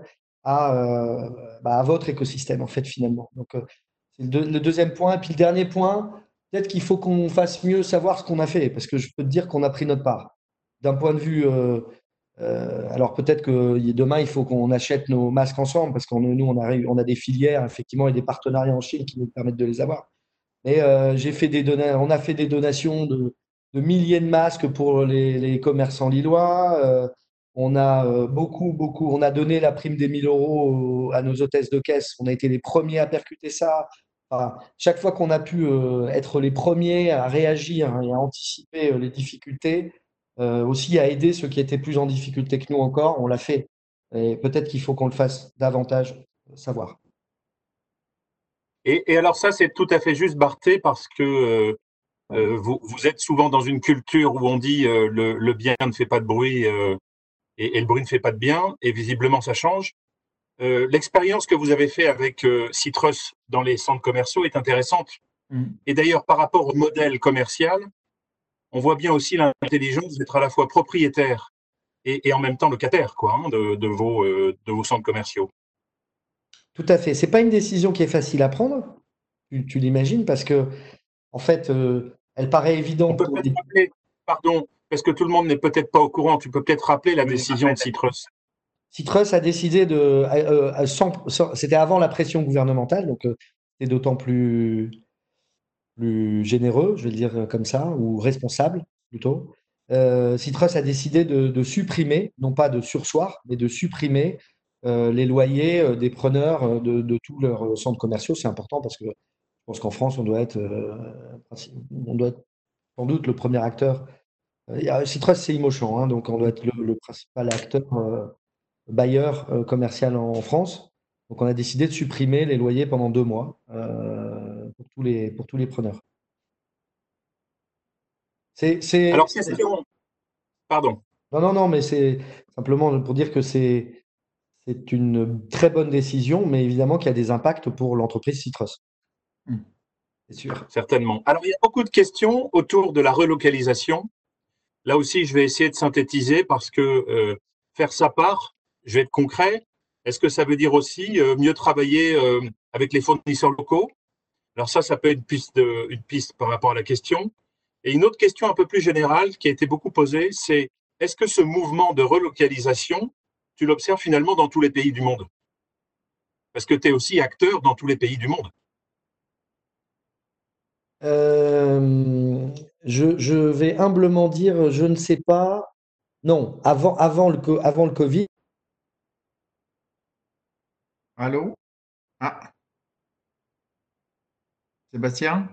à votre écosystème, en fait, finalement. Donc, c'est le deuxième point. Et puis le dernier point, peut-être qu'il faut qu'on fasse mieux savoir ce qu'on a fait, parce que je peux te dire qu'on a pris notre part. D'un point de vue alors peut-être que demain, il faut qu'on achète nos masques ensemble parce nous, on a des filières effectivement et des partenariats en Chine qui nous permettent de les avoir. Mais on a fait des donations de milliers de masques pour les commerçants lillois. On a beaucoup, on a donné la prime des 1 000 euros à nos hôtesses de caisse. On a été les premiers à percuter ça. Enfin, chaque fois qu'on a pu être les premiers à réagir et à anticiper les difficultés, aussi à aider ceux qui étaient plus en difficulté que nous encore, on l'a fait. Et peut-être qu'il faut qu'on le fasse davantage savoir. Et alors ça, c'est tout à fait juste, Barthé, parce que vous êtes souvent dans une culture où on dit le bien ne fait pas de bruit et le bruit ne fait pas de bien, et visiblement ça change. L'expérience que vous avez fait avec Citrus dans les centres commerciaux est intéressante. Et d'ailleurs, par rapport au modèle commercial, on voit bien aussi l'intelligence d'être à la fois propriétaire et en même temps locataire quoi, hein, de vos centres commerciaux. Tout à fait. C'est pas une décision qui est facile à prendre, tu l'imagines, parce que en fait, elle paraît On évidente peut pour peut-être rappeler, pardon, parce que tout le monde n'est peut-être pas au courant, tu peux peut-être rappeler la décision de Citrus. Citrus a décidé c'était avant la pression gouvernementale, donc c'est d'autant plus généreux, je vais le dire comme ça, ou responsable plutôt. Citrus a décidé de supprimer, non pas de surseoir, mais de supprimer les loyers des preneurs de tous leurs centres commerciaux. C'est important parce que je pense qu'en France, on doit être sans doute le premier acteur Citrus, c'est Imochan, hein, donc on doit être le principal acteur bailleur commercial en France. Donc on a décidé de supprimer les loyers pendant 2 mois pour tous les preneurs. Alors, question, pardon. Non, mais c'est simplement pour dire que c'est une très bonne décision, mais évidemment qu'il y a des impacts pour l'entreprise Citrus. C'est sûr. Certainement. Alors, il y a beaucoup de questions autour de la relocalisation. Là aussi, je vais essayer de synthétiser parce que faire sa part, je vais être concret. Est-ce que ça veut dire aussi mieux travailler avec les fournisseurs locaux? Alors ça peut être une piste par rapport à la question. Et une autre question un peu plus générale qui a été beaucoup posée, c'est est-ce que ce mouvement de relocalisation, tu l'observes finalement dans tous les pays du monde? Parce que tu es aussi acteur dans tous les pays du monde. Je vais humblement dire, je ne sais pas. Non, avant le Covid. Allô? Ah, Sébastien?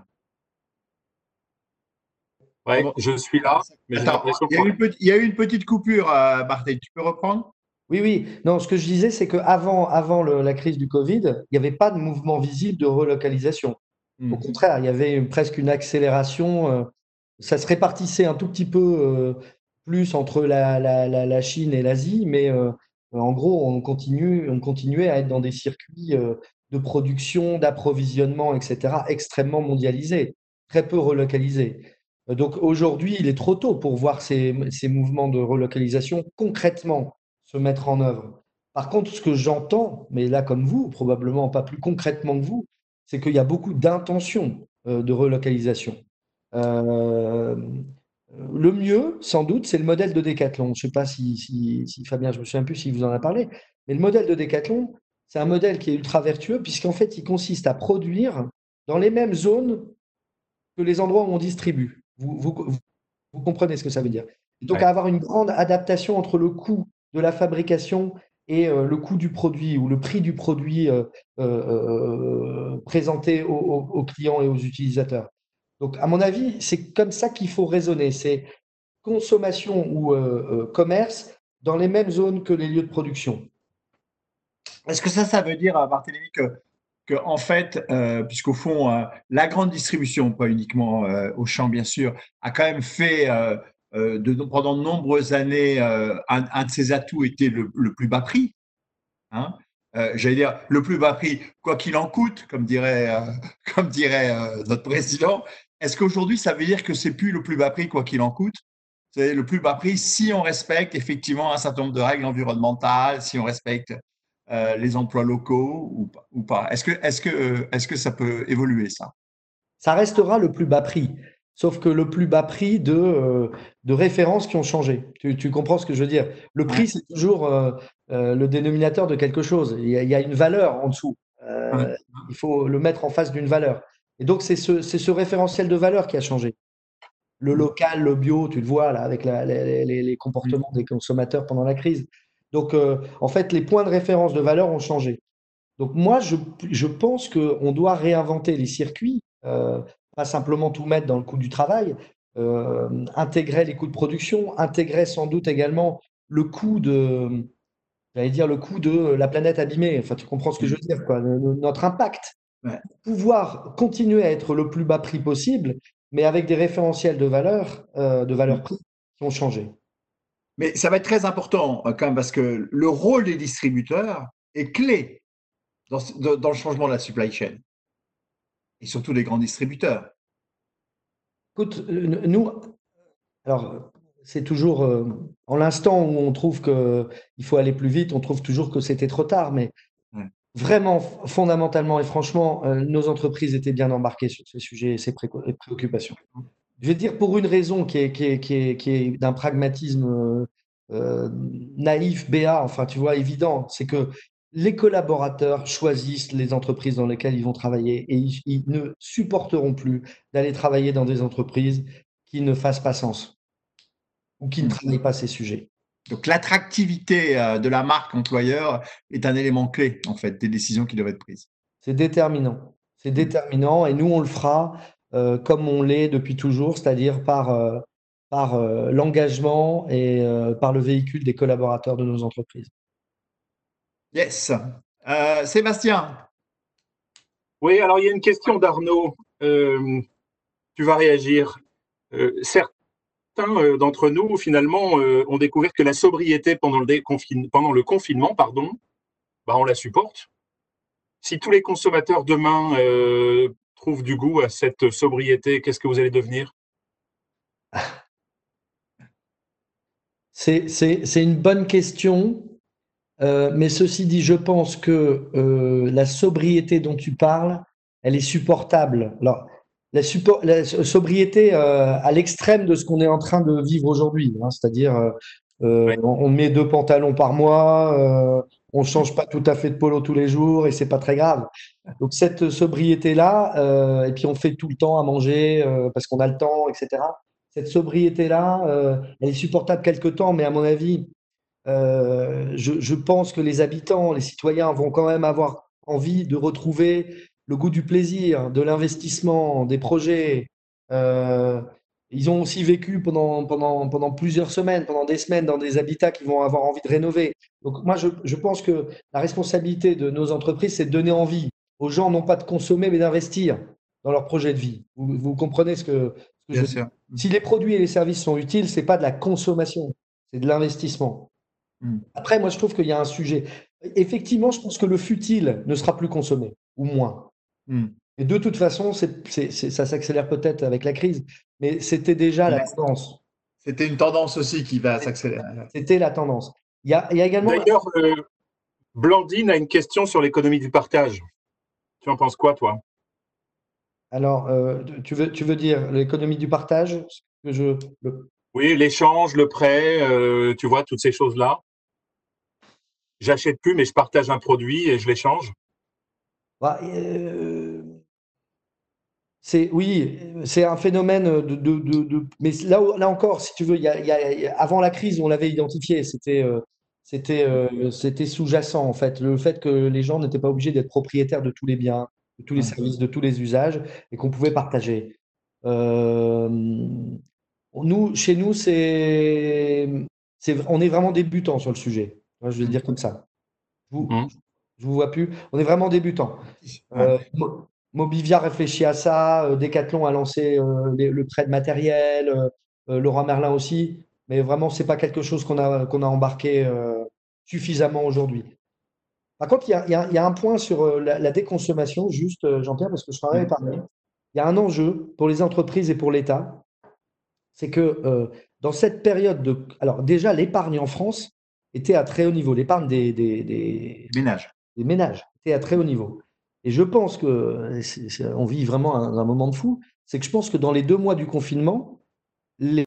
Ouais, Bon, je suis là, mais j'ai attends, l'impression il y a eu une petite coupure, Barthé. Tu peux reprendre? Oui. Non, ce que je disais, c'est qu'avant la crise du Covid, il n'y avait pas de mouvement visible de relocalisation. Au contraire, il y avait presque une accélération. Ça se répartissait un tout petit peu plus entre la Chine et l'Asie, mais en gros, on continuait à être dans des circuits de production, d'approvisionnement, etc., extrêmement mondialisés, très peu relocalisés. Donc aujourd'hui, il est trop tôt pour voir ces mouvements de relocalisation concrètement se mettre en œuvre. Par contre, ce que j'entends, mais là comme vous, probablement pas plus concrètement que vous, c'est qu'il y a beaucoup d'intentions de relocalisation. Euh, le mieux, sans doute, c'est le modèle de Decathlon. Je ne sais pas si Fabien, je ne me souviens plus si vous en avez parlé, mais le modèle de Decathlon, c'est un modèle qui est ultra vertueux puisqu'en fait, il consiste à produire dans les mêmes zones que les endroits où on distribue. Vous comprenez ce que ça veut dire. Donc, Ouais. à avoir une grande adaptation entre le coût de la fabrication et le coût du produit ou le prix du produit présenté aux clients et aux utilisateurs. Donc, à mon avis, c'est comme ça qu'il faut raisonner. C'est consommation ou commerce dans les mêmes zones que les lieux de production. Est-ce que ça veut dire, Barthélémy, que en fait, puisqu'au fond, la grande distribution, pas uniquement Auchan, bien sûr, a quand même fait pendant de nombreuses années, un de ses atouts était le plus bas prix. Hein. J'allais dire le plus bas prix, quoi qu'il en coûte, comme dirait, notre président. Est-ce qu'aujourd'hui, ça veut dire que c'est plus le plus bas prix, quoi qu'il en coûte? C'est le plus bas prix si on respecte effectivement un certain nombre de règles environnementales, si on respecte les emplois locaux ou pas. Est-ce que ça peut évoluer, ça? Ça restera le plus bas prix, sauf que le plus bas prix de références qui ont changé. Tu comprends ce que je veux dire? Le prix, Ouais. c'est toujours le dénominateur de quelque chose. Il y a une valeur en dessous. Ouais. Il faut le mettre en face d'une valeur. Et donc, c'est ce référentiel de valeur qui a changé. Le local, le bio, tu le vois là, avec les comportements des consommateurs pendant la crise. Donc, en fait, les points de référence de valeur ont changé. Donc moi, je pense qu'on doit réinventer les circuits, pas simplement tout mettre dans le coût du travail, intégrer les coûts de production, intégrer sans doute également le coût j'allais dire le coût de la planète abîmée. Enfin, tu comprends ce que je veux dire, quoi, notre impact. Ouais. Pouvoir continuer à être le plus bas prix possible, mais avec des référentiels de valeur prix qui ont changé. Mais ça va être très important quand même parce que le rôle des distributeurs est clé dans le changement de la supply chain et surtout des grands distributeurs. Écoute, nous, alors, c'est toujours, en l'instant où on trouve qu'il faut aller plus vite, on trouve toujours que c'était trop tard. Mais Ouais. vraiment, fondamentalement et franchement, nos entreprises étaient bien embarquées sur ces sujets et ces préoccupations. Je vais te dire pour une raison qui est d'un pragmatisme naïf, béat, enfin, tu vois, évident, c'est que les collaborateurs choisissent les entreprises dans lesquelles ils vont travailler et ils ne supporteront plus d'aller travailler dans des entreprises qui ne fassent pas sens ou qui ne travaillent pas ces sujets. Donc l'attractivité de la marque employeur est un élément clé en fait des décisions qui doivent être prises. C'est déterminant. C'est déterminant et nous, on le fera comme on l'est depuis toujours, c'est-à-dire par par l'engagement et par le véhicule des collaborateurs de nos entreprises. Yes. Sébastien. Oui, alors il y a une question d'Arnaud. Tu vas réagir. Certains d'entre nous, finalement, ont découvert que la sobriété pendant le confinement, pardon, bah, on la supporte. Si tous les consommateurs demain trouvent du goût à cette sobriété, qu'est-ce que vous allez devenir? C'est une bonne question, mais ceci dit, je pense que la sobriété dont tu parles, elle est supportable. Alors, la sobriété à l'extrême de ce qu'on est en train de vivre aujourd'hui, hein, c'est-à-dire Ouais. on met 2 pantalons par mois, on change pas tout à fait de polo tous les jours et c'est pas très grave. Donc cette sobriété-là, et puis on fait tout le temps à manger parce qu'on a le temps, etc. Cette sobriété-là, elle est supportable quelque temps, mais à mon avis, je pense que les habitants, les citoyens vont quand même avoir envie de retrouver le goût du plaisir, de l'investissement, des projets. Euh, Ils ont aussi vécu pendant plusieurs semaines, pendant des semaines, dans des habitats qu'ils vont avoir envie de rénover. Donc moi, je pense que la responsabilité de nos entreprises, c'est de donner envie aux gens, non pas de consommer, mais d'investir dans leur projet de vie. Vous comprenez ce que je Bien veux dire? sûr. Si les produits et les services sont utiles, c'est pas de la consommation, c'est de l'investissement. Mm. Après, moi, je trouve qu'il y a un sujet. Effectivement, je pense que le futile ne sera plus consommé, ou moins. Mm. Et de toute façon, ça s'accélère peut-être avec la crise, mais c'était déjà la Mais tendance. c'était une tendance aussi qui va s'accélérer. C'était la tendance. Il y a également. D'ailleurs, Blandine a une question sur l'économie du partage. Tu en penses quoi, toi? Alors, tu veux dire l'économie du partage? Ce que Oui, l'échange, le prêt, tu vois, toutes ces choses-là. J'achète plus, mais je partage un produit et je l'échange. Bah, oui, c'est un phénomène mais là encore, si tu veux, avant la crise, on l'avait identifié. C'était sous-jacent en fait, le fait que les gens n'étaient pas obligés d'être propriétaires de tous les biens, de tous les Mm. services, de tous les usages, et qu'on pouvait partager. Euh, Chez nous, on est vraiment débutant sur le sujet. Moi, je vais le dire comme ça. Vous, Hum. je vous vois plus. On est vraiment débutant. Ouais. Mobivia réfléchit à ça, Decathlon a lancé le prêt de matériel, Leroy Merlin aussi, mais vraiment, c'est pas quelque chose qu'on a embarqué suffisamment aujourd'hui. Par contre, il y a un point sur la déconsommation, juste, Jean-Pierre, parce que je t'en avais Mm. parlé. Il y a un enjeu pour les entreprises et pour l'État, c'est que dans cette période de. Alors, déjà, l'épargne en France était à très haut niveau. L'épargne Ménage. des ménages était à très haut niveau. Et je pense que on vit vraiment un moment de fou. C'est que je pense que dans les 2 mois du confinement, les,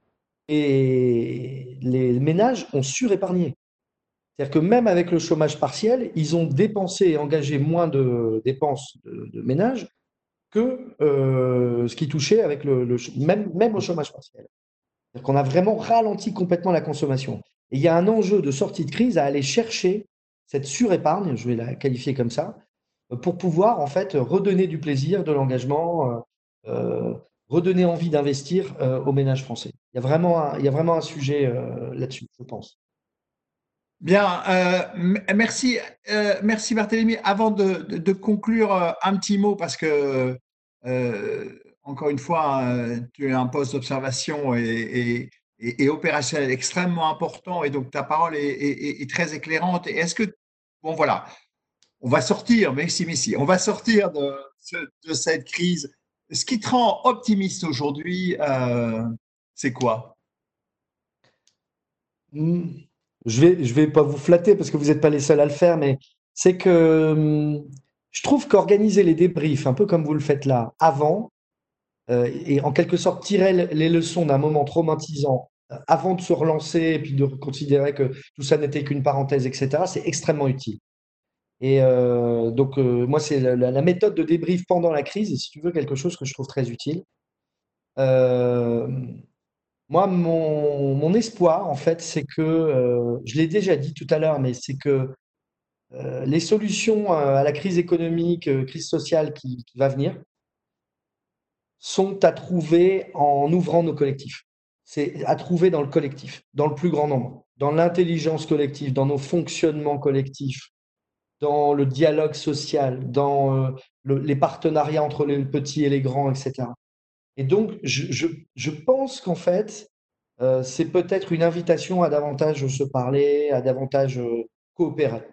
les ménages ont surépargné. C'est-à-dire que même avec le chômage partiel, ils ont dépensé et engagé moins de dépenses de ménage que ce qui touchait avec même au chômage partiel. C'est-à-dire qu'on a vraiment ralenti complètement la consommation. Et il y a un enjeu de sortie de crise à aller chercher cette surépargne, je vais la qualifier comme ça, pour pouvoir en fait redonner du plaisir, de l'engagement, redonner envie d'investir aux ménages français. Il y a vraiment un sujet là-dessus, je pense. Bien, merci, merci Barthélémy. Avant de conclure, un petit mot parce que, encore une fois, tu as un poste d'observation et opérationnel extrêmement important et donc ta parole est très éclairante. Et est-ce que, bon voilà, on va sortir, merci, on va sortir de cette crise. Ce qui te rend optimiste aujourd'hui, c'est quoi? Je vais pas vous flatter parce que vous n'êtes pas les seuls à le faire, mais c'est que je trouve qu'organiser les débriefs, un peu comme vous le faites là, avant, et en quelque sorte tirer les leçons d'un moment traumatisant avant de se relancer et puis de considérer que tout ça n'était qu'une parenthèse, etc., c'est extrêmement utile. Et donc, moi, c'est la méthode de débrief pendant la crise, et si tu veux, quelque chose que je trouve très utile. Euh, Moi, mon espoir, en fait, c'est que, je l'ai déjà dit tout à l'heure, mais c'est que les solutions à la crise économique, crise sociale qui va venir, sont à trouver en ouvrant nos collectifs. c'est à trouver dans le collectif, dans le plus grand nombre, dans l'intelligence collective, dans nos fonctionnements collectifs, dans le dialogue social, dans les partenariats entre les petits et les grands, etc. Et donc, je pense qu'en fait, c'est peut-être une invitation à davantage se parler, à davantage coopérer.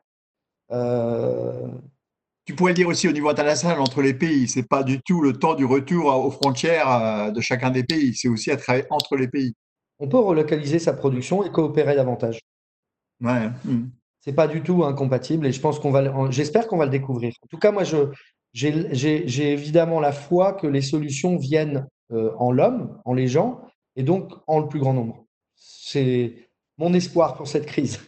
Tu pourrais le dire aussi au niveau international entre les pays. C'est pas du tout le temps du retour aux frontières de chacun des pays. C'est aussi à travailler entre les pays. On peut relocaliser sa production et coopérer davantage. Ouais. C'est pas du tout incompatible et je pense j'espère qu'on va le découvrir. En tout cas, moi, j'ai évidemment la foi que les solutions viennent en l'homme, en les gens, et donc en le plus grand nombre. C'est mon espoir pour cette crise.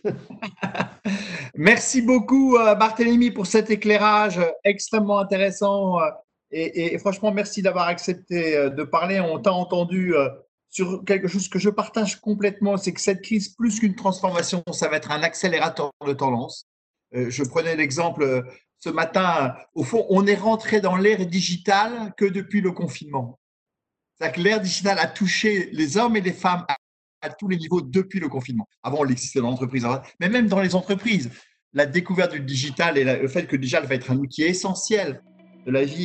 Merci beaucoup, Barthélémy, pour cet éclairage extrêmement intéressant. Et franchement, merci d'avoir accepté de parler. On t'a entendu sur quelque chose que je partage complètement, c'est que cette crise, plus qu'une transformation, ça va être un accélérateur de tendance. Je prenais l'exemple ce matin, au fond, on est rentré dans l'ère digitale que depuis le confinement. C'est-à-dire que l'ère digitale a touché les hommes et les femmes à tous les niveaux depuis le confinement. Avant, il existait dans l'entreprise, mais même dans les entreprises, la découverte du digital et le fait que le digital va être un outil essentiel de la vie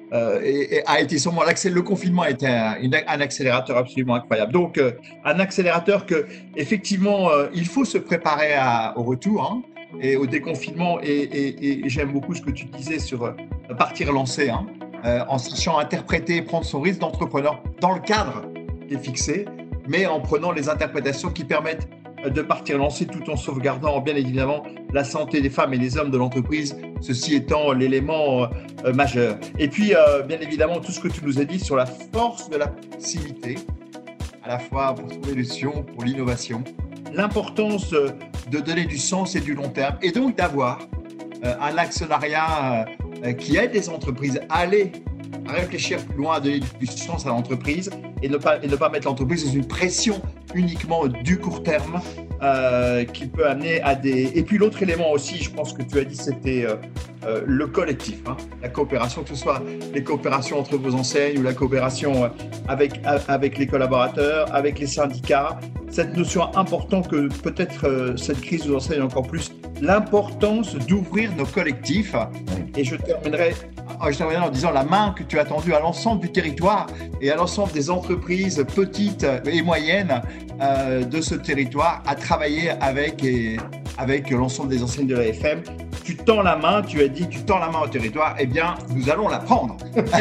a été sûrement le confinement a été un accélérateur absolument incroyable. Donc, un accélérateur que effectivement, il faut se préparer au retour hein, et au déconfinement. Et j'aime beaucoup ce que tu disais sur partir lancer, hein, en sachant interpréter, prendre son risque d'entrepreneur dans le cadre qui est fixé, mais en prenant les interprétations qui permettent de partir lancer tout en sauvegardant bien évidemment la santé des femmes et des hommes de l'entreprise, ceci étant l'élément majeur. Et puis bien évidemment tout ce que tu nous as dit sur la force de la proximité, à la fois pour trouver des solutions, pour l'innovation, l'importance de donner du sens et du long terme, et donc d'avoir un actionnariat qui aide les entreprises à aller à réfléchir plus loin, à donner du sens à l'entreprise et ne pas mettre l'entreprise dans une pression uniquement du court terme qui peut amener à des… Et puis l'autre élément aussi, je pense que tu as dit, c'était le collectif, hein, la coopération, que ce soit les coopérations entre vos enseignes ou la coopération avec les collaborateurs, avec les syndicats. Cette notion importante que peut-être cette crise nous enseigne encore plus, l'importance d'ouvrir nos collectifs. Et je terminerai en disant la main que tu as tendue à l'ensemble du territoire et à l'ensemble des entreprises petites et moyennes de ce territoire à travailler avec l'ensemble des enseignes de l'AFM. Tu tends la main, tu as dit, tu tends la main au territoire, eh bien, nous allons la prendre.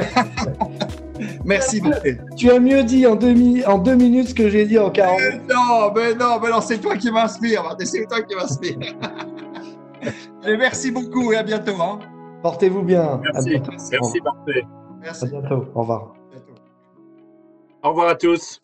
Merci beaucoup. Tu as mieux dit en 2 minutes ce que j'ai dit en 40. Mais non, c'est toi qui m'inspire, Martin, c'est toi qui m'inspire. Merci beaucoup et à bientôt. Hein. Portez-vous bien. Merci, Martin. Merci. À bientôt. Au revoir. Au revoir à tous.